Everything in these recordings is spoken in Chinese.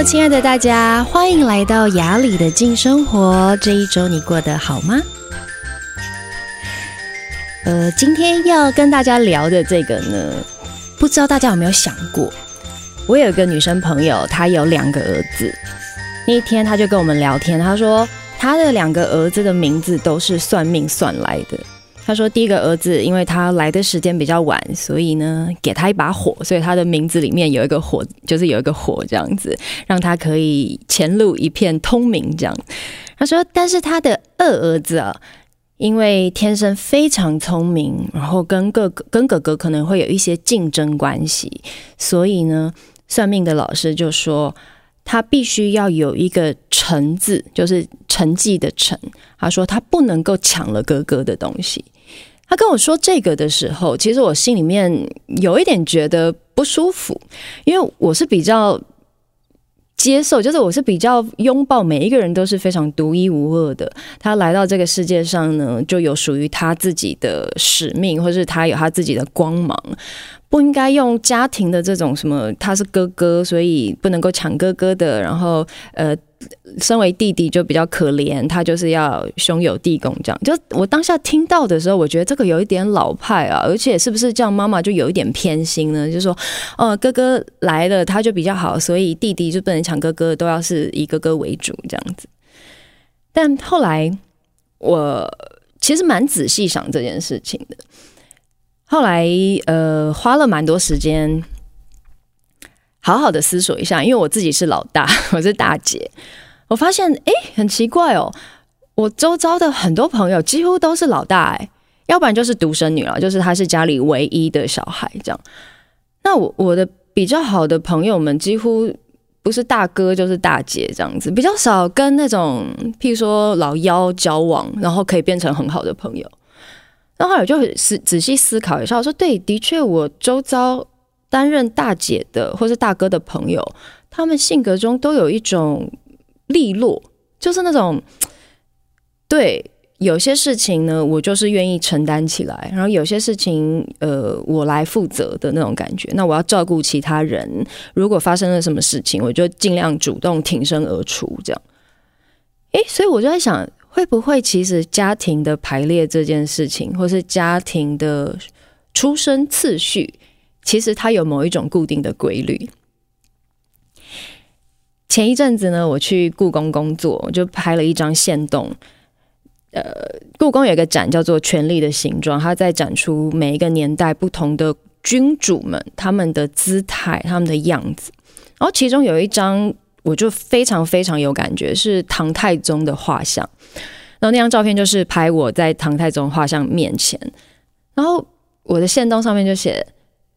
亲爱的大家，欢迎来到雅里的静生活。这一周你过得好吗？今天要跟大家聊的这个呢，不知道大家有没有想过，我有一个女生朋友，她有2个儿子。那一天她就跟我们聊天，她说她的2个儿子的名字都是算命算来的。他说第一个儿子因为他来的时间比较晚，所以呢给他一把火，所以他的名字里面有一个火，就是有一个火这样子，让他可以前路一片通明这样。他说但是他的2儿子啊，因为天生非常聪明，然后跟哥哥可能会有一些竞争关系，所以呢算命的老师就说他必须要有一个成字，就是成绩的成。他说他不能够抢了哥哥的东西。他跟我说这个的时候，其实我心里面有一点觉得不舒服，因为我是比较接受，就是我是比较拥抱每一个人都是非常独一无二的，他来到这个世界上呢，就有属于他自己的使命，或是他有他自己的光芒，不应该用家庭的这种什么他是哥哥所以不能够抢哥哥的，然后身为弟弟就比较可怜，他就是要兄友弟恭这样。就我当下听到的时候，我觉得这个有一点老派啊，而且是不是这样妈妈就有一点偏心呢？就是说哥哥来了他就比较好，所以弟弟就不能抢哥哥，都要是以哥哥为主这样子。但后来我其实蛮仔细想这件事情的，后来花了蛮多时间好好的思索一下，因为我自己是老大，我是大姐，我发现很奇怪哦，我周遭的很多朋友几乎都是老大要不然就是独生女了，就是她是家里唯一的小孩这样。那我的比较好的朋友们几乎不是大哥就是大姐这样子，比较少跟那种譬如说老幺交往，然后可以变成很好的朋友。然后我就仔细思考一下，我说对，的确我周遭担任大姐的或是大哥的朋友，他们性格中都有一种利落，就是那种对有些事情呢我就是愿意承担起来，然后有些事情我来负责的那种感觉。那我要照顾其他人，如果发生了什么事情我就尽量主动挺身而出这样。所以我就在想，会不会其实家庭的排列这件事情，或是家庭的出生次序，其实它有某一种固定的规律。前一阵子呢，我去故宫工作，我就拍了一张限动。故宫有一个展叫做《权力的形状》，它在展出每一个年代不同的君主们他们的姿态、他们的样子。然后其中有一张我就非常非常有感觉，是唐太宗的画像。然后那张照片就是拍我在唐太宗画像面前，然后我的限动上面就写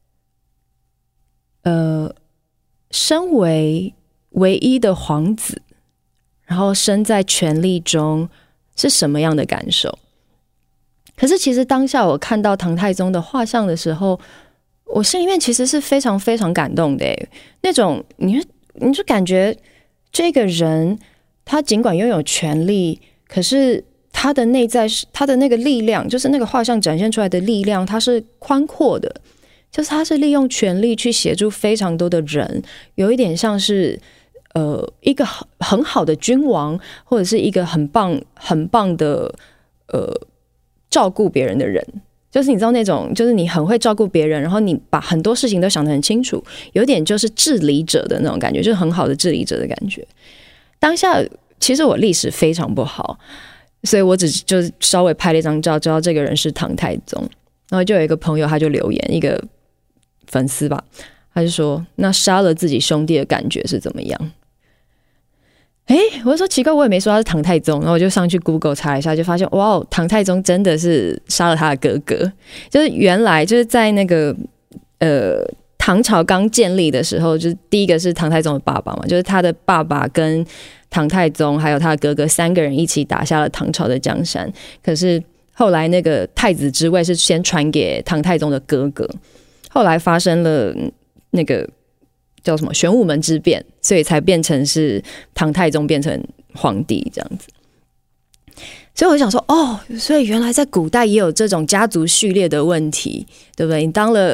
身为唯一的皇子，然后身在权力中是什么样的感受。可是其实当下我看到唐太宗的画像的时候，我心里面其实是非常非常感动的那种你就感觉这个人他尽管拥有权力，可是他的内在是他的那个力量，就是那个画像展现出来的力量，它是宽阔的，就是他是利用权力去协助非常多的人，有一点像是一个很好的君王，或者是一个很棒的照顾别人的人。就是你知道那种，就是你很会照顾别人，然后你把很多事情都想得很清楚，有点就是治理者的那种感觉，就是很好的治理者的感觉。当下其实我历史非常不好，所以我只就稍微拍了一张照，知道这个人是唐太宗。然后就有一个朋友他就留言，一个粉丝吧，他就说那杀了自己兄弟的感觉是怎么样。我就说奇怪，我也没说他是唐太宗，然后我就上去 Google 查一下，就发现哇，唐太宗真的是杀了他的哥哥。就是原来就是在那个唐朝刚建立的时候，就是第一个是唐太宗的爸爸嘛，就是他的爸爸跟唐太宗还有他的哥哥3个人一起打下了唐朝的江山。可是后来那个太子之位是先传给唐太宗的哥哥，后来发生了那个叫什么玄武门之变，所以才变成是唐太宗变成皇帝这样子。所以我想说所以原来在古代也有这种家族序列的问题，对不对？你当了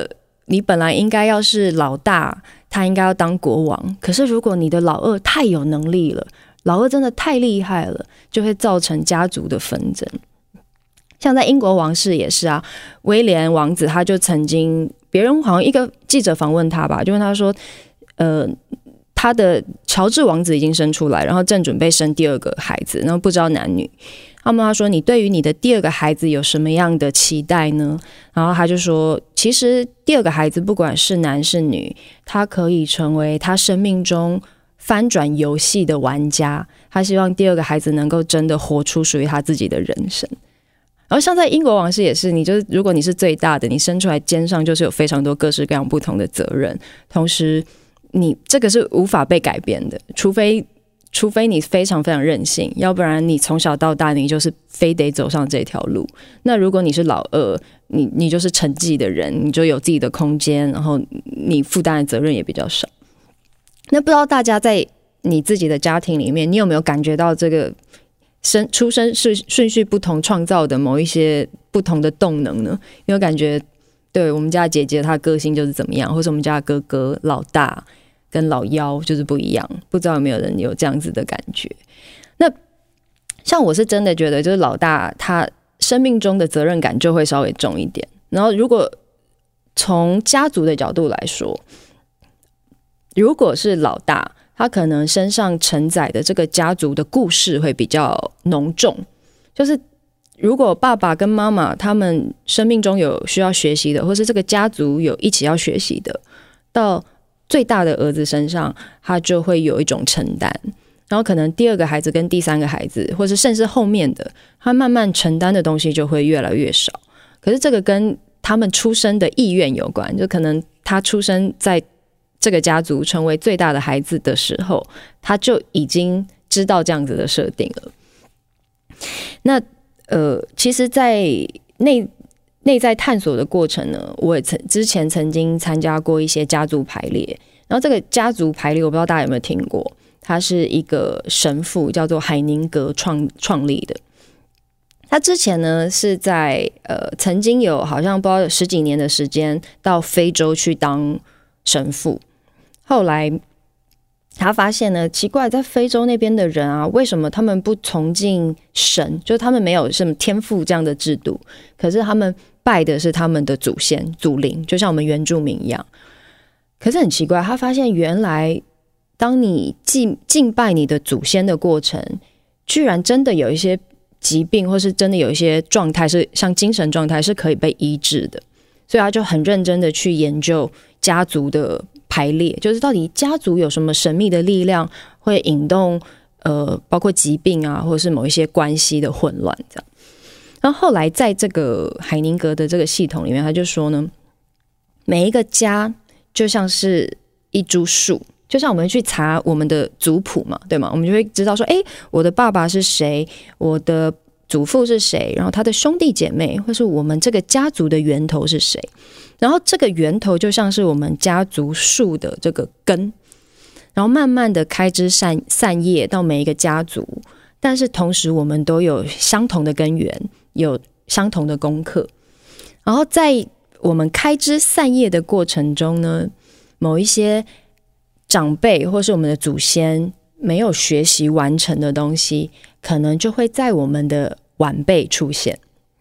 你本来应该要是老大，他应该要当国王，可是如果你的老二太有能力了，老二真的太厉害了，就会造成家族的纷争。像在英国王室也是啊，威廉王子他就曾经，别人好像一个记者访问他吧，就问他说他的乔治王子已经生出来，然后正准备生第二个孩子，然后不知道男女。他说你对于你的第二个孩子有什么样的期待呢？然后他就说，其实第二个孩子不管是男是女，他可以成为他生命中翻转游戏的玩家，他希望第二个孩子能够真的活出属于他自己的人生。然后像在英国王室也是，如果你是最大的，你生出来肩上就是有非常多各式各样不同的责任，同时你这个是无法被改变的，除非你非常非常任性，要不然你从小到大你就是非得走上这条路。那如果你是老二，你就是承继的人，你就有自己的空间，然后你负担的责任也比较少。那不知道大家在你自己的家庭里面，你有没有感觉到这个出生顺序不同创造的某一些不同的动能呢？你有感觉对我们家的姐姐她的个性就是怎么样，或者我们家的哥哥老大跟老幺就是不一样，不知道有没有人有这样子的感觉。那像我是真的觉得就是老大他生命中的责任感就会稍微重一点，然后如果从家族的角度来说，如果是老大，他可能身上承载的这个家族的故事会比较浓重，就是如果爸爸跟妈妈他们生命中有需要学习的，或是这个家族有一起要学习的，到最大的儿子身上他就会有一种承担，然后可能第二个孩子跟第三个孩子，或是甚至后面的，他慢慢承担的东西就会越来越少。可是这个跟他们出生的意愿有关，就可能他出生在这个家族成为最大的孩子的时候，他就已经知道这样子的设定了。那其实在内在探索的过程呢，我也之前曾经参加过一些家族排列，然后这个家族排列我不知道大家有没有听过，他是一个神父叫做海宁格创立的。他之前呢是在曾经有好像不知道有10几年的时间到非洲去当神父，后来他发现呢，奇怪，在非洲那边的人啊，为什么他们不崇敬神？就是他们没有什么天父这样的制度，可是他们拜的是他们的祖先祖灵，就像我们原住民一样。可是很奇怪，他发现原来当你敬拜你的祖先的过程，居然真的有一些疾病，或是真的有一些状态是像精神状态是可以被医治的。所以他就很认真的去研究家族的排列，就是到底家族有什么神秘的力量会引动包括疾病啊，或者是某一些关系的混乱这样。然后后来在这个海宁格的这个系统里面，他就说呢，每一个家就像是一株树，就像我们去查我们的族谱嘛，对吗？我们就会知道说，我的爸爸是谁，我的祖父是谁，然后他的兄弟姐妹，或是我们这个家族的源头是谁。然后这个源头就像是我们家族树的这个根，然后慢慢的开枝散叶到每一个家族，但是同时我们都有相同的根源，有相同的功课。然后在我们开枝散叶的过程中呢，某一些长辈或是我们的祖先没有学习完成的东西，可能就会在我们的晚辈出现。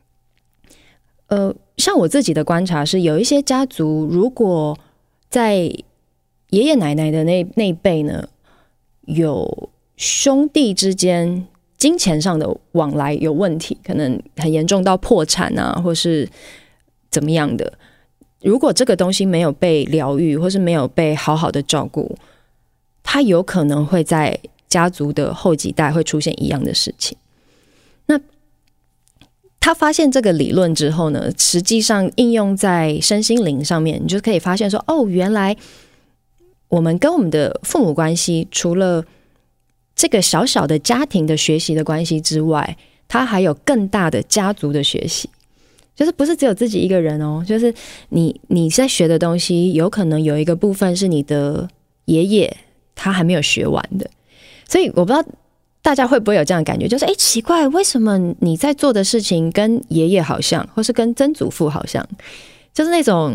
像我自己的观察是，有一些家族如果在爷爷奶奶的那一辈呢，有兄弟之间金钱上的往来有问题，可能很严重到破产啊，或是怎么样的，如果这个东西没有被疗愈，或是没有被好好的照顾，它有可能会在家族的后几代会出现一样的事情。那他发现这个理论之后呢，实际上应用在身心灵上面，你就可以发现说，原来我们跟我们的父母关系，除了这个小小的家庭的学习的关系之外，它还有更大的家族的学习，就是不是只有自己一个人哦，就是你在学的东西，有可能有一个部分是你的爷爷他还没有学完的。所以我不知道大家会不会有这样的感觉，就是奇怪，为什么你在做的事情跟爷爷好像，或是跟曾祖父好像，就是那种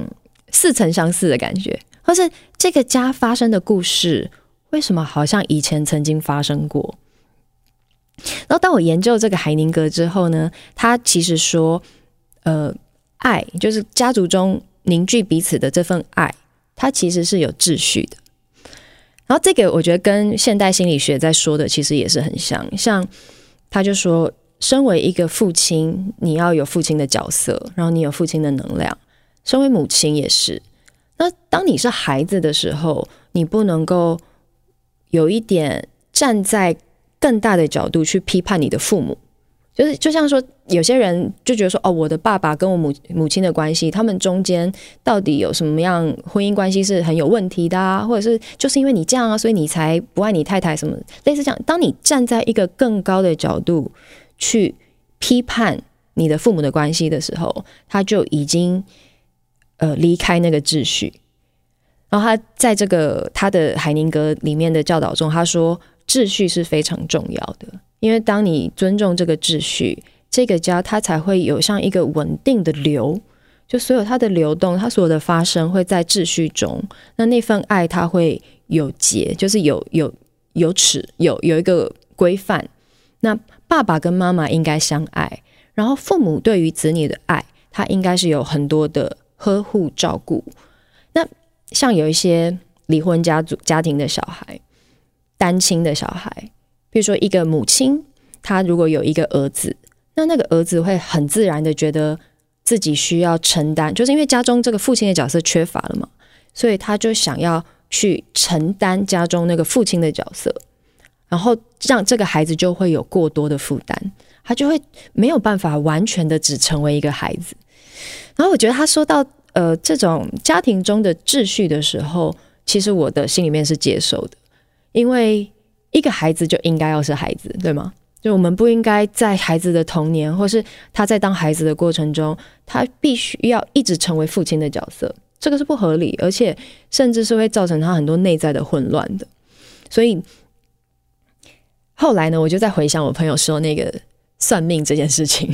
似曾相识的感觉，或是这个家发生的故事为什么好像以前曾经发生过。然后当我研究这个海宁格之后呢，他其实说爱就是家族中凝聚彼此的这份爱，它其实是有秩序的。然后这个我觉得跟现代心理学在说的其实也是很像他就说身为一个父亲，你要有父亲的角色，然后你有父亲的能量，身为母亲也是。那当你是孩子的时候，你不能够有一点站在更大的角度去批判你的父母，就像说有些人就觉得说我的爸爸跟我母亲的关系，他们中间到底有什么样婚姻关系是很有问题的啊，或者是就是因为你这样啊，所以你才不爱你太太什么类似这样。当你站在一个更高的角度去批判你的父母的关系的时候，他就已经离开那个秩序。然后他在这个他的海宁格里面的教导中，他说秩序是非常重要的，因为当你尊重这个秩序，这个家它才会有像一个稳定的流，就所有它的流动，它所有的发生会在秩序中。那份爱它会有节，就是有尺，有一个规范。那爸爸跟妈妈应该相爱，然后父母对于子女的爱，他应该是有很多的呵护照顾。那像有一些离婚家庭的小孩，单亲的小孩，比如说一个母亲，她如果有一个儿子，那个儿子会很自然的觉得自己需要承担，就是因为家中这个父亲的角色缺乏了嘛，所以他就想要去承担家中那个父亲的角色，然后让这个孩子就会有过多的负担，他就会没有办法完全的只成为一个孩子。然后我觉得他说到这种家庭中的秩序的时候，其实我的心里面是接受的，因为一个孩子就应该要是孩子，对吗？就我们不应该在孩子的童年，或是他在当孩子的过程中，他必须要一直成为父亲的角色，这个是不合理，而且甚至是会造成他很多内在的混乱的。所以后来呢，我就在回想我朋友说那个算命这件事情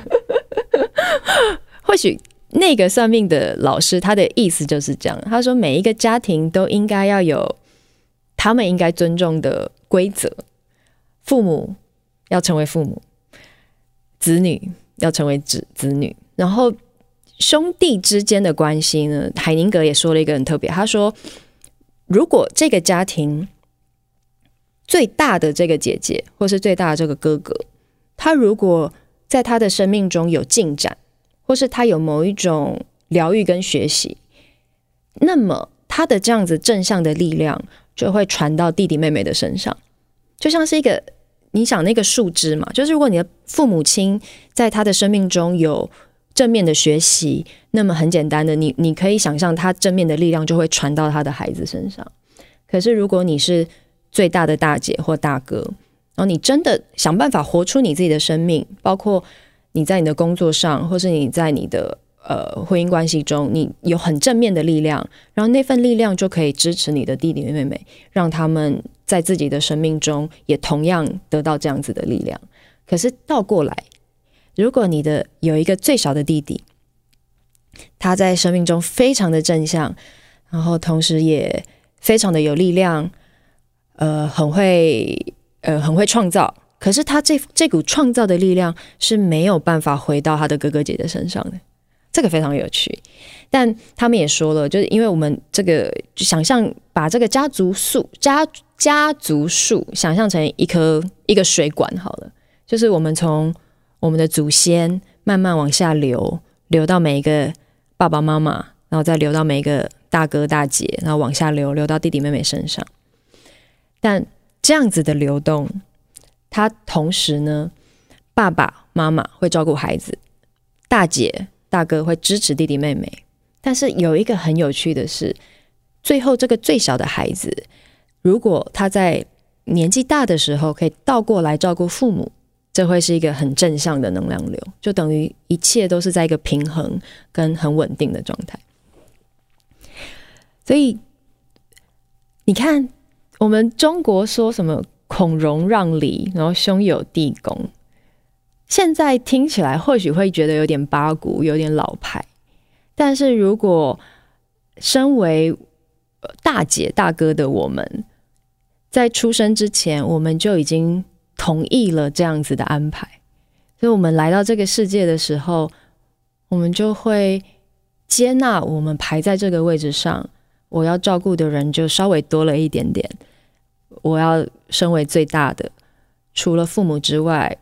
或许那个算命的老师他的意思就是这样，他说每一个家庭都应该要有他们应该尊重的规则，父母要成为父母，子女要成为子女，然后兄弟之间的关系呢，海宁格也说了一个很特别，他说如果这个家庭最大的这个姐姐或是最大的这个哥哥，他如果在他的生命中有进展，或是他有某一种疗愈跟学习，那么他的这样子正向的力量就会传到弟弟妹妹的身上，就像是一个你想那个树枝嘛，就是如果你的父母亲在他的生命中有正面的学习，那么很简单的你可以想象他正面的力量就会传到他的孩子身上。可是如果你是最大的大姐或大哥，然后你真的想办法活出你自己的生命，包括你在你的工作上，或是你在你的婚姻关系中，你有很正面的力量，然后那份力量就可以支持你的弟弟妹妹，让他们在自己的生命中也同样得到这样子的力量。可是倒过来，如果你的有一个最小的弟弟，他在生命中非常的正向，然后同时也非常的有力量，很会创造，可是他这股创造的力量是没有办法回到他的哥哥姐姐身上的，这个非常有趣。但他们也说了，就是因为我们这个想象把这个家族树想象成一个水管好了，就是我们从我们的祖先慢慢往下流到每一个爸爸妈妈，然后再流到每一个大哥大姐，然后往下流到弟弟妹妹身上。但这样子的流动，他同时呢，爸爸妈妈会照顾孩子，大姐大哥会支持弟弟妹妹。但是有一个很有趣的是，最后这个最小的孩子，如果他在年纪大的时候可以倒过来照顾父母，这会是一个很正向的能量流，就等于一切都是在一个平衡跟很稳定的状态。所以你看，我们中国说什么孔融让梨，然后兄友弟恭，现在听起来或许会觉得有点八股，有点老派。但是如果身为大姐大哥的我们，在出生之前我们就已经同意了这样子的安排，所以我们来到这个世界的时候，我们就会接纳我们排在这个位置上，我要照顾的人就稍微多了一点点，我要身为最大的，除了父母之外，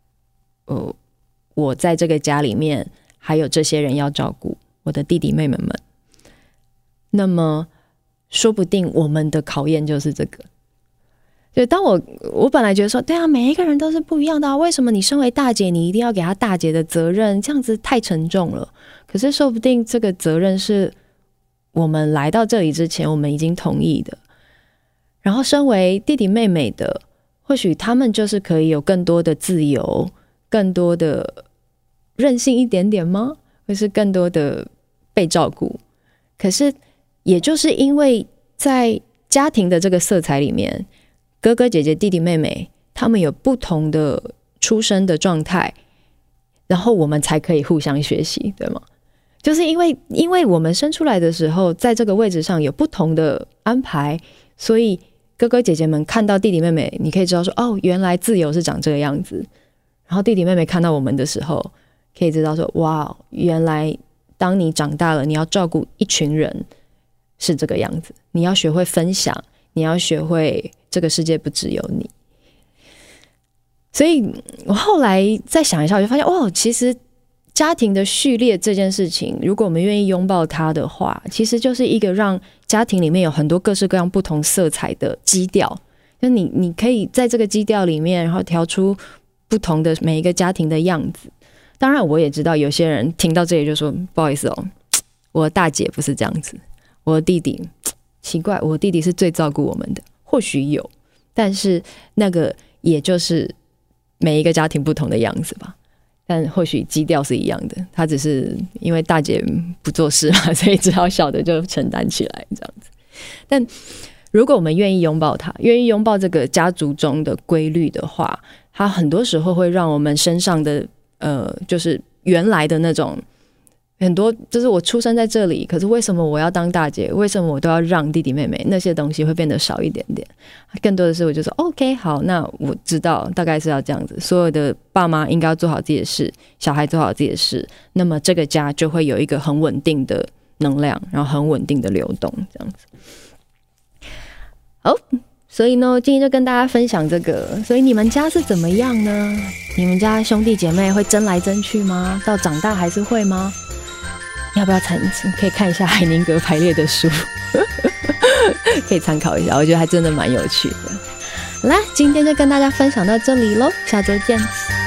我在这个家里面还有这些人要照顾，我的弟弟妹妹们。那么说不定我们的考验就是这个。就当我本来觉得说，对啊，每一个人都是不一样的啊，为什么你身为大姐你一定要给他大姐的责任，这样子太沉重了。可是说不定这个责任是我们来到这里之前我们已经同意的，然后身为弟弟妹妹的，或许他们就是可以有更多的自由，更多的任性一点点吗？或是更多的被照顾。可是也就是因为在家庭的这个色彩里面，哥哥姐姐弟弟妹妹他们有不同的出生的状态，然后我们才可以互相学习，对吗？就是因为我们生出来的时候在这个位置上有不同的安排，所以哥哥姐姐们看到弟弟妹妹，你可以知道说，哦，原来自由是长这个样子。然后弟弟妹妹看到我们的时候，可以知道说，哇，原来当你长大了，你要照顾一群人是这个样子，你要学会分享，你要学会这个世界不只有你。所以我后来再想一下，我就发现，哦，其实家庭的序列这件事情，如果我们愿意拥抱它的话，其实就是一个让家庭里面有很多各式各样不同色彩的基调。就你可以在这个基调里面，然后调出不同的每一个家庭的样子。当然我也知道有些人听到这里就说，不好意思哦，我的大姐不是这样子，我的弟弟奇怪，我的弟弟是最照顾我们的。或许有，但是那个也就是每一个家庭不同的样子吧。但或许基调是一样的，他只是因为大姐不做事嘛，所以只好小的就承担起来这样子。但如果我们愿意拥抱它，愿意拥抱这个家族中的规律的话，它很多时候会让我们身上的就是原来的那种很多，就是我出生在这里，可是为什么我要当大姐，为什么我都要让弟弟妹妹，那些东西会变得少一点点。更多的是我就说 OK 好，那我知道大概是要这样子，所有的爸妈应该要做好自己的事，小孩做好自己的事，那么这个家就会有一个很稳定的能量，然后很稳定的流动这样子。好，所以呢，今天就跟大家分享这个。所以你们家是怎么样呢？你们家兄弟姐妹会争来争去吗？到长大还是会吗？要不要可以看一下海宁格排列的书可以参考一下，我觉得还真的蛮有趣的。好啦，今天就跟大家分享到这里咯，下周见。